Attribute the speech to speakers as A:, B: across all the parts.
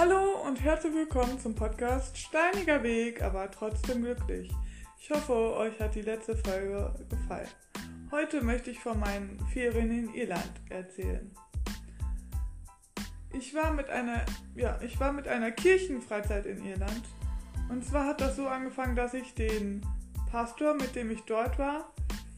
A: Hallo und herzlich willkommen zum Podcast Steiniger Weg, aber trotzdem glücklich. Ich hoffe, euch hat die letzte Folge gefallen. Heute möchte ich von meinen Ferien in Irland erzählen. Ich war mit einer Kirchenfreizeit in Irland. Und zwar hat das so angefangen, dass ich den Pastor, mit dem ich dort war,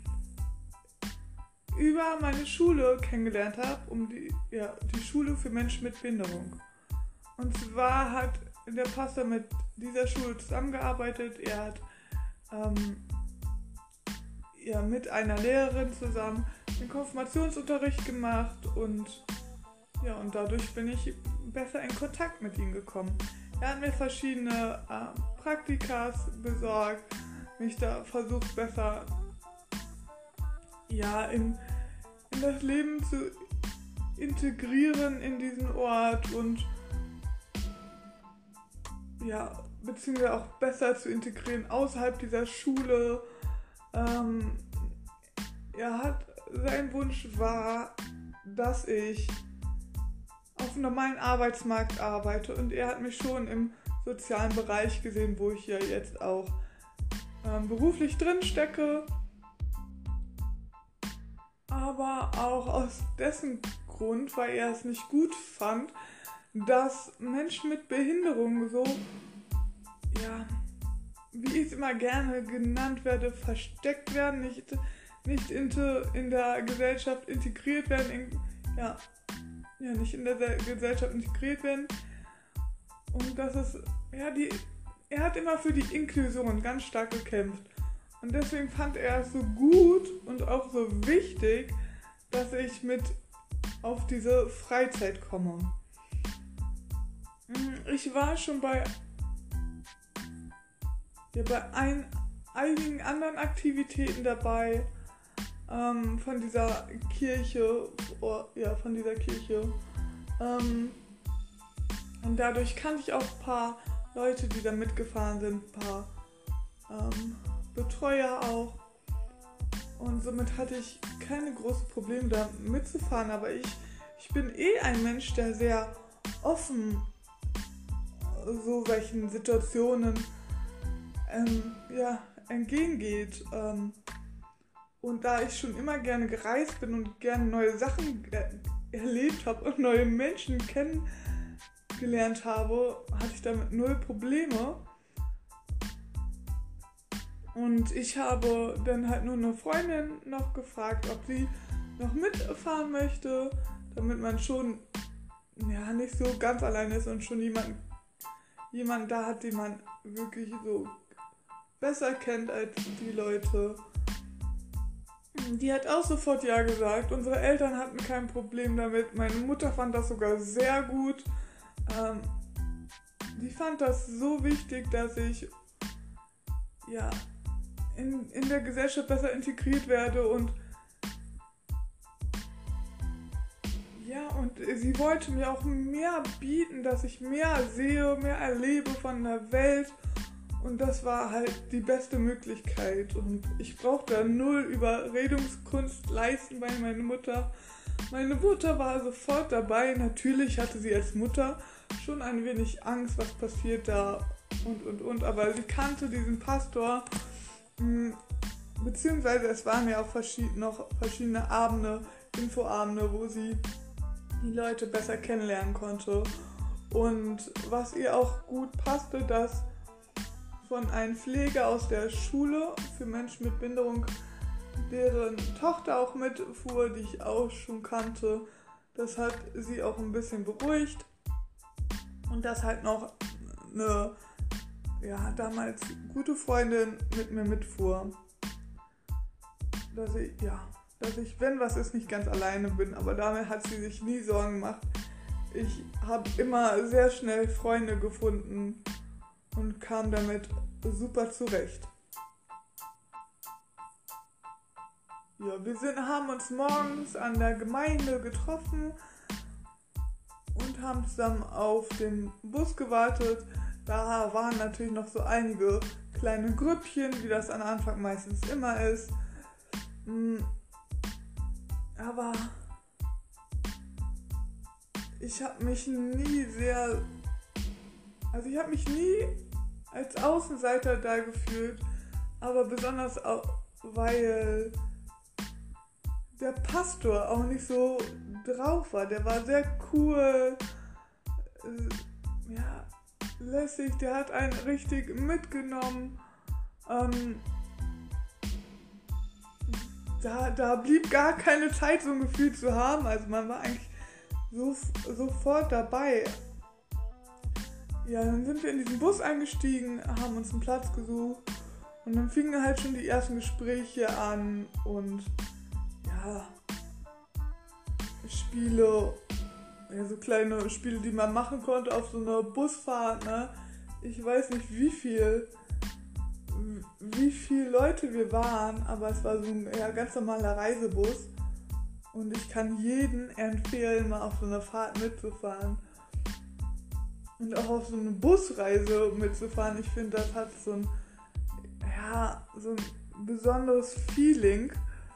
A: über meine Schule kennengelernt habe, die Schule für Menschen mit Behinderung. Und zwar hat der Pastor mit dieser Schule zusammengearbeitet. Er hat mit einer Lehrerin zusammen den Konfirmationsunterricht gemacht und dadurch bin ich besser in Kontakt mit ihm gekommen. Er hat mir verschiedene Praktikas besorgt, mich da versucht besser in das Leben zu integrieren in diesen Ort und beziehungsweise auch besser zu integrieren außerhalb dieser Schule. Sein Wunsch war, dass ich auf einem normalen Arbeitsmarkt arbeite und er hat mich schon im sozialen Bereich gesehen, wo ich ja jetzt auch beruflich drin stecke, aber auch aus dessen Grund, weil er es nicht gut fand, dass Menschen mit Behinderung so, wie ich es immer gerne genannt werde, versteckt werden, nicht in der Gesellschaft integriert werden, nicht in der Gesellschaft integriert werden. Und das ist, er hat immer für die Inklusion ganz stark gekämpft. Und deswegen fand er es so gut und auch so wichtig, dass ich mit auf diese Freizeit komme. Ich war schon bei einigen anderen Aktivitäten dabei von dieser Kirche. Und dadurch kannte ich auch ein paar Leute, die da mitgefahren sind, ein paar Betreuer auch. Und somit hatte ich keine großen Probleme da mitzufahren, aber ich bin ein Mensch, der sehr offen so welchen Situationen entgegengeht. Und da ich schon immer gerne gereist bin und gerne neue Sachen erlebt habe und neue Menschen kennengelernt habe, hatte ich damit null Probleme. Und ich habe dann halt nur eine Freundin noch gefragt, ob sie noch mitfahren möchte, damit man schon nicht so ganz alleine ist und schon jemand da hat, den man wirklich so besser kennt als die Leute. Die hat auch sofort ja gesagt. Unsere Eltern hatten kein Problem damit. Meine Mutter fand das sogar sehr gut. Die fand das so wichtig, dass ich in der Gesellschaft besser integriert werde und sie wollte mir auch mehr bieten, dass ich mehr sehe, mehr erlebe von der Welt und das war halt die beste Möglichkeit und ich brauchte da null Überredungskunst leisten bei meiner Mutter. Meine Mutter war sofort dabei, natürlich hatte sie als Mutter schon ein wenig Angst, was passiert da und, aber sie kannte diesen Pastor, beziehungsweise es waren ja auch verschiedene Abende, Infoabende, wo sie die Leute besser kennenlernen konnte. Und was ihr auch gut passte, dass von einem Pfleger aus der Schule für Menschen mit Behinderung, deren Tochter auch mitfuhr, die ich auch schon kannte, das hat sie auch ein bisschen beruhigt. Und dass halt noch eine damals gute Freundin mit mir mitfuhr. Dass ich, wenn was ist, nicht ganz alleine bin, aber damit hat sie sich nie Sorgen gemacht. Ich habe immer sehr schnell Freunde gefunden und kam damit super zurecht. Wir haben uns morgens an der Gemeinde getroffen und haben zusammen auf den Bus gewartet. Da waren natürlich noch so einige kleine Grüppchen, wie das am Anfang meistens immer ist. Aber ich habe mich nie sehr Also ich habe mich nie als Außenseiter da gefühlt, aber besonders auch, weil der Pastor auch nicht so drauf war. Der war sehr cool, lässig, der hat einen richtig mitgenommen. Da blieb gar keine Zeit, so ein Gefühl zu haben. Also man war eigentlich sofort dabei. Ja, dann sind wir in diesen Bus eingestiegen, haben uns einen Platz gesucht und dann fingen halt schon die ersten Gespräche an und ja, Spiele, ja, so kleine Spiele, die man machen konnte auf so einer Busfahrt, ne? Ich weiß nicht wie viele Leute wir waren, aber es war so ein ganz normaler Reisebus und ich kann jedem empfehlen, mal auf so einer Fahrt mitzufahren und auch auf so eine Busreise mitzufahren. Ich finde, das hat so ein besonderes Feeling.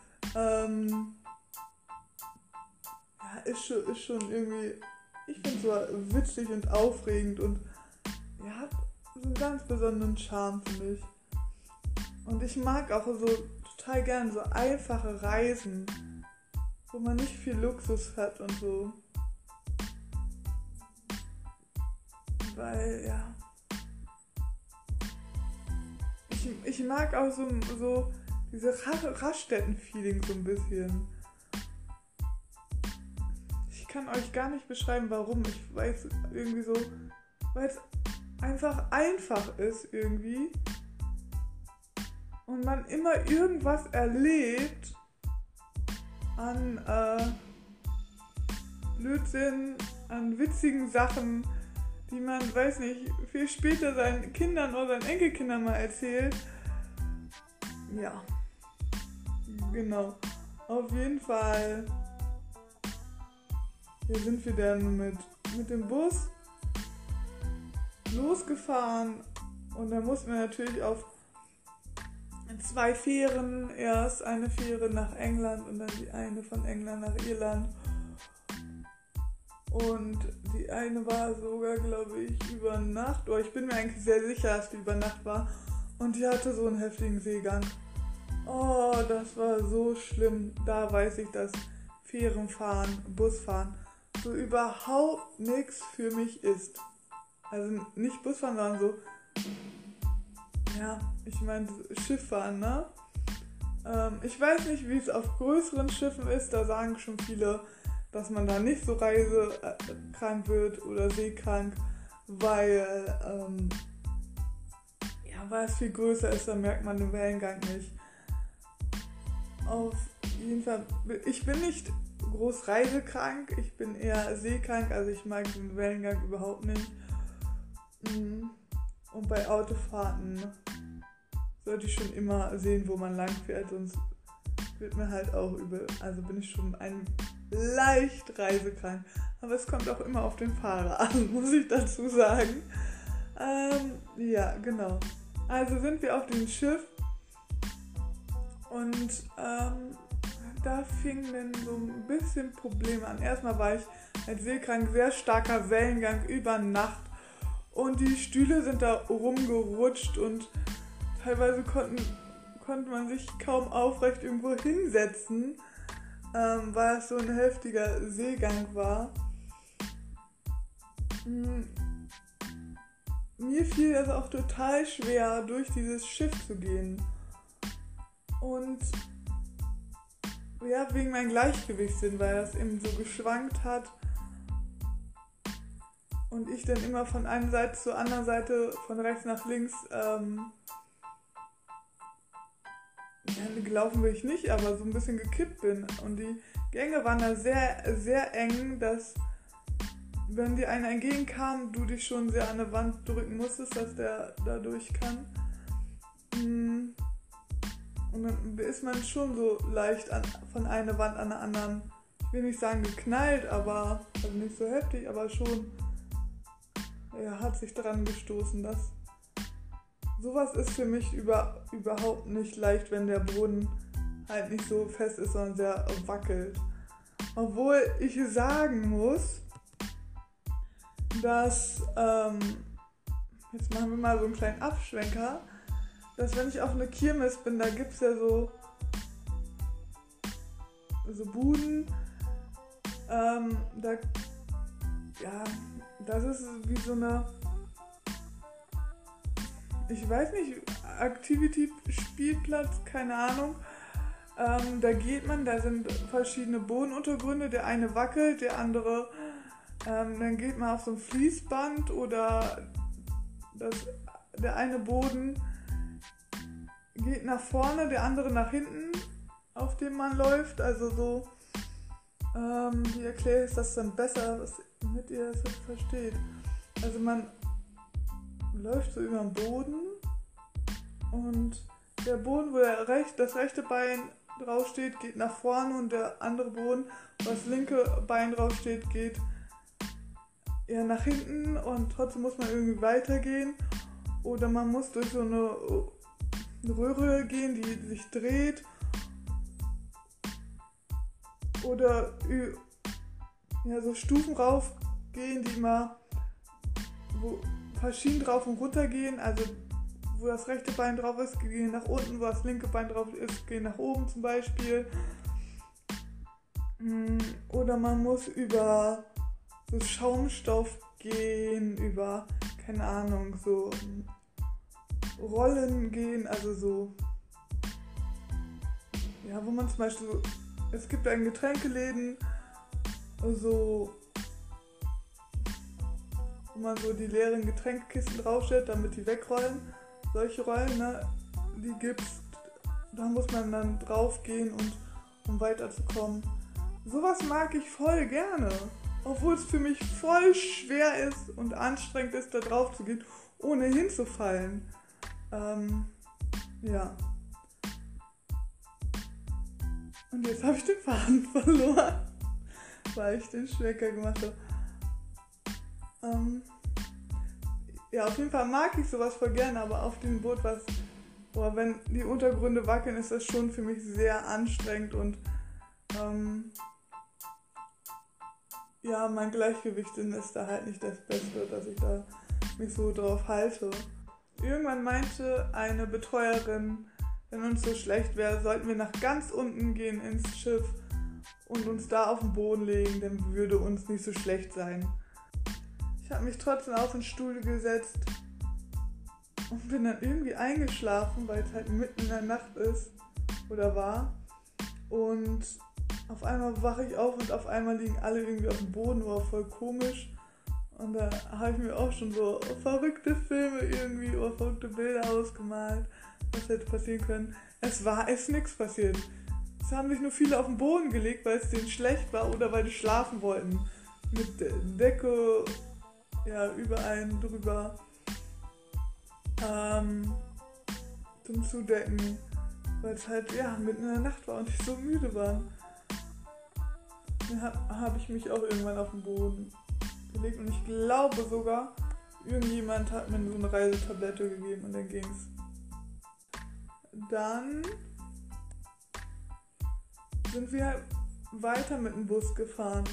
A: Ist schon irgendwie, ich finde es so witzig und aufregend und hat so einen ganz besonderen Charme, finde ich. Und ich mag auch so total gern so einfache Reisen, wo man nicht viel Luxus hat und so. Weil, ich mag auch so diese Raststätten-Feeling so ein bisschen. Ich kann euch gar nicht beschreiben, warum. Ich weiß irgendwie so, weil es einfach ist irgendwie. Und man immer irgendwas erlebt an Blödsinn, an witzigen Sachen, die man, weiß nicht, viel später seinen Kindern oder seinen Enkelkindern mal erzählt. Ja, genau. Auf jeden Fall. Hier sind wir dann mit dem Bus losgefahren und dann mussten wir natürlich auf 2 Fähren, erst eine Fähre nach England und dann die eine von England nach Irland. Und die eine war sogar, glaube ich, über Nacht, oder ich bin mir eigentlich sehr sicher, dass die über Nacht war. Und die hatte so einen heftigen Seegang. Oh, das war so schlimm. Da weiß ich, dass Fährenfahren, Busfahren so überhaupt nichts für mich ist. Also nicht Busfahren, sondern so, ich meine Schifffahren, ne? Ich weiß nicht, wie es auf größeren Schiffen ist, da sagen schon viele, dass man da nicht so reisekrank wird oder seekrank, weil es viel größer ist, da merkt man den Wellengang nicht. Auf jeden Fall, ich bin nicht groß reisekrank, ich bin eher seekrank, also ich mag den Wellengang überhaupt nicht. Und bei Autofahrten sollte ich schon immer sehen, wo man lang fährt, sonst wird mir halt auch übel. Also bin ich schon leicht reisekrank. Aber es kommt auch immer auf den Fahrer an, muss ich dazu sagen. Genau. Also sind wir auf dem Schiff und da fingen dann so ein bisschen Probleme an. Erstmal war ich als seekrank, sehr starker Wellengang über Nacht und die Stühle sind da rumgerutscht und teilweise konnte man sich kaum aufrecht irgendwo hinsetzen, weil es so ein heftiger Seegang war. Mir fiel es auch total schwer, durch dieses Schiff zu gehen. Und wegen meinem Gleichgewichtssinn, weil das eben so geschwankt hat und ich dann immer von einer Seite zur anderen Seite, von rechts nach links, gelaufen bin ich nicht, aber so ein bisschen gekippt bin. Und die Gänge waren da sehr, sehr eng, dass wenn dir einer entgegenkam, du dich schon sehr an der Wand drücken musstest, dass der da durch kann. Und dann ist man schon so leicht von einer Wand an der anderen, ich will nicht sagen geknallt, aber also nicht so heftig, aber schon hat sich dran gestoßen. Sowas ist für mich überhaupt nicht leicht, wenn der Boden halt nicht so fest ist, sondern sehr wackelt. Obwohl ich sagen muss, dass jetzt machen wir mal so einen kleinen Abschwenker, dass wenn ich auf eine Kirmes bin, da gibt es ja so Buden, das ist wie so eine, ich weiß nicht, Activity-Spielplatz, keine Ahnung. Da geht man, da sind verschiedene Bodenuntergründe, der eine wackelt, der andere, dann geht man auf so ein Fließband oder der eine Boden geht nach vorne, der andere nach hinten, auf dem man läuft, also so, wie erkläre ich das dann besser, damit ihr das versteht. Also man läuft so über den Boden und der Boden, wo das rechte Bein draufsteht, geht nach vorne und der andere Boden, wo das linke Bein draufsteht, geht eher nach hinten und trotzdem muss man irgendwie weitergehen oder man muss durch so eine Röhre gehen, die sich dreht oder so Stufen raufgehen, die mal wo verschieden drauf und runter gehen, also wo das rechte Bein drauf ist, gehen nach unten, wo das linke Bein drauf ist, gehen nach oben zum Beispiel. Oder man muss über so Schaumstoff gehen, über, keine Ahnung, so Rollen gehen, also so, ja, wo man zum Beispiel so, es gibt einen Getränkeläden, so, wo man so die leeren Getränkekisten draufstellt, damit die wegrollen. Solche Rollen, ne, die gibt's, da muss man dann drauf gehen um weiterzukommen. Sowas mag ich voll gerne, obwohl es für mich voll schwer ist und anstrengend ist, da drauf zu gehen, ohne hinzufallen. Ja. Und jetzt habe ich den Faden verloren, weil ich den Schwecker gemacht habe. Ja, auf jeden Fall mag ich sowas voll gerne, aber auf dem Boot, wenn die Untergründe wackeln, ist das schon für mich sehr anstrengend und mein Gleichgewicht ist da halt nicht das Beste, dass ich da mich so drauf halte. Irgendwann meinte eine Betreuerin, wenn uns so schlecht wäre, sollten wir nach ganz unten gehen ins Schiff und uns da auf den Boden legen, dann würde uns nicht so schlecht sein. Ich habe mich trotzdem auf den Stuhl gesetzt und bin dann irgendwie eingeschlafen, weil es halt mitten in der Nacht ist oder war. Und auf einmal wache ich auf und auf einmal liegen alle irgendwie auf dem Boden, war voll komisch. Und da habe ich mir auch schon so verrückte Filme irgendwie oder verrückte Bilder ausgemalt, was hätte passieren können. Es ist nichts passiert. Es haben sich nur viele auf den Boden gelegt, weil es denen schlecht war oder weil die schlafen wollten. Mit Decke über einen drüber zum Zudecken, weil es halt mitten in der Nacht war und ich so müde war. Dann habe ich mich auch irgendwann auf den Boden gelegt und ich glaube sogar, irgendjemand hat mir so eine Reisetablette gegeben und dann ging's. Dann sind wir weiter mit dem Bus gefahren,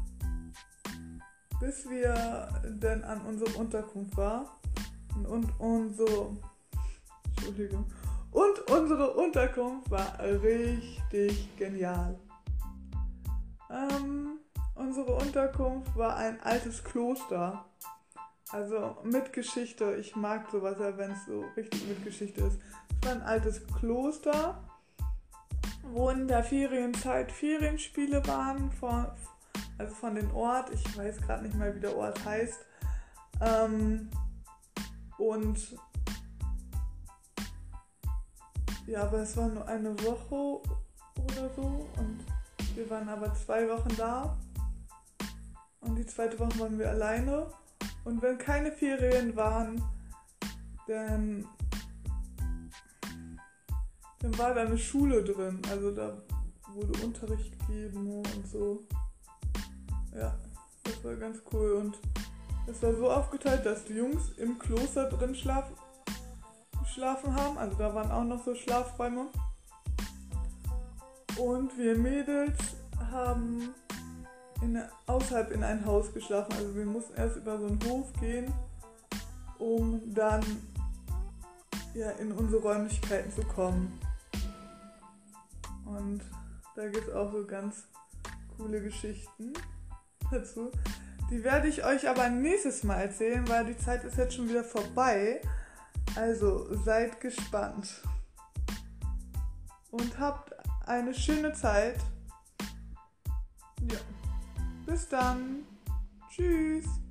A: bis wir dann an unserer Unterkunft waren. Und unsere Unterkunft war richtig genial. Unsere Unterkunft war ein altes Kloster. Also mit Geschichte. Ich mag sowas ja, wenn es so richtig mit Geschichte ist. Es war ein altes Kloster, wo in der Ferienzeit Ferienspiele waren von dem Ort. Ich weiß gerade nicht mal, wie der Ort heißt. Aber es war nur eine Woche oder so und wir waren aber 2 Wochen da und die zweite Woche waren wir alleine und wenn keine Ferien waren, dann war da eine Schule drin, also da wurde Unterricht gegeben und so. Ja, das war ganz cool und es war so aufgeteilt, dass die Jungs im Kloster drin geschlafen haben, also da waren auch noch so Schlafräume. Und wir Mädels haben außerhalb in ein Haus geschlafen, also wir mussten erst über so einen Hof gehen um dann in unsere Räumlichkeiten zu kommen. Und da gibt es auch so ganz coole Geschichten dazu. Die werde ich euch aber nächstes Mal erzählen, weil die Zeit ist jetzt schon wieder vorbei. Also seid gespannt. Und habt eine schöne Zeit. Ja. Bis dann. Tschüss.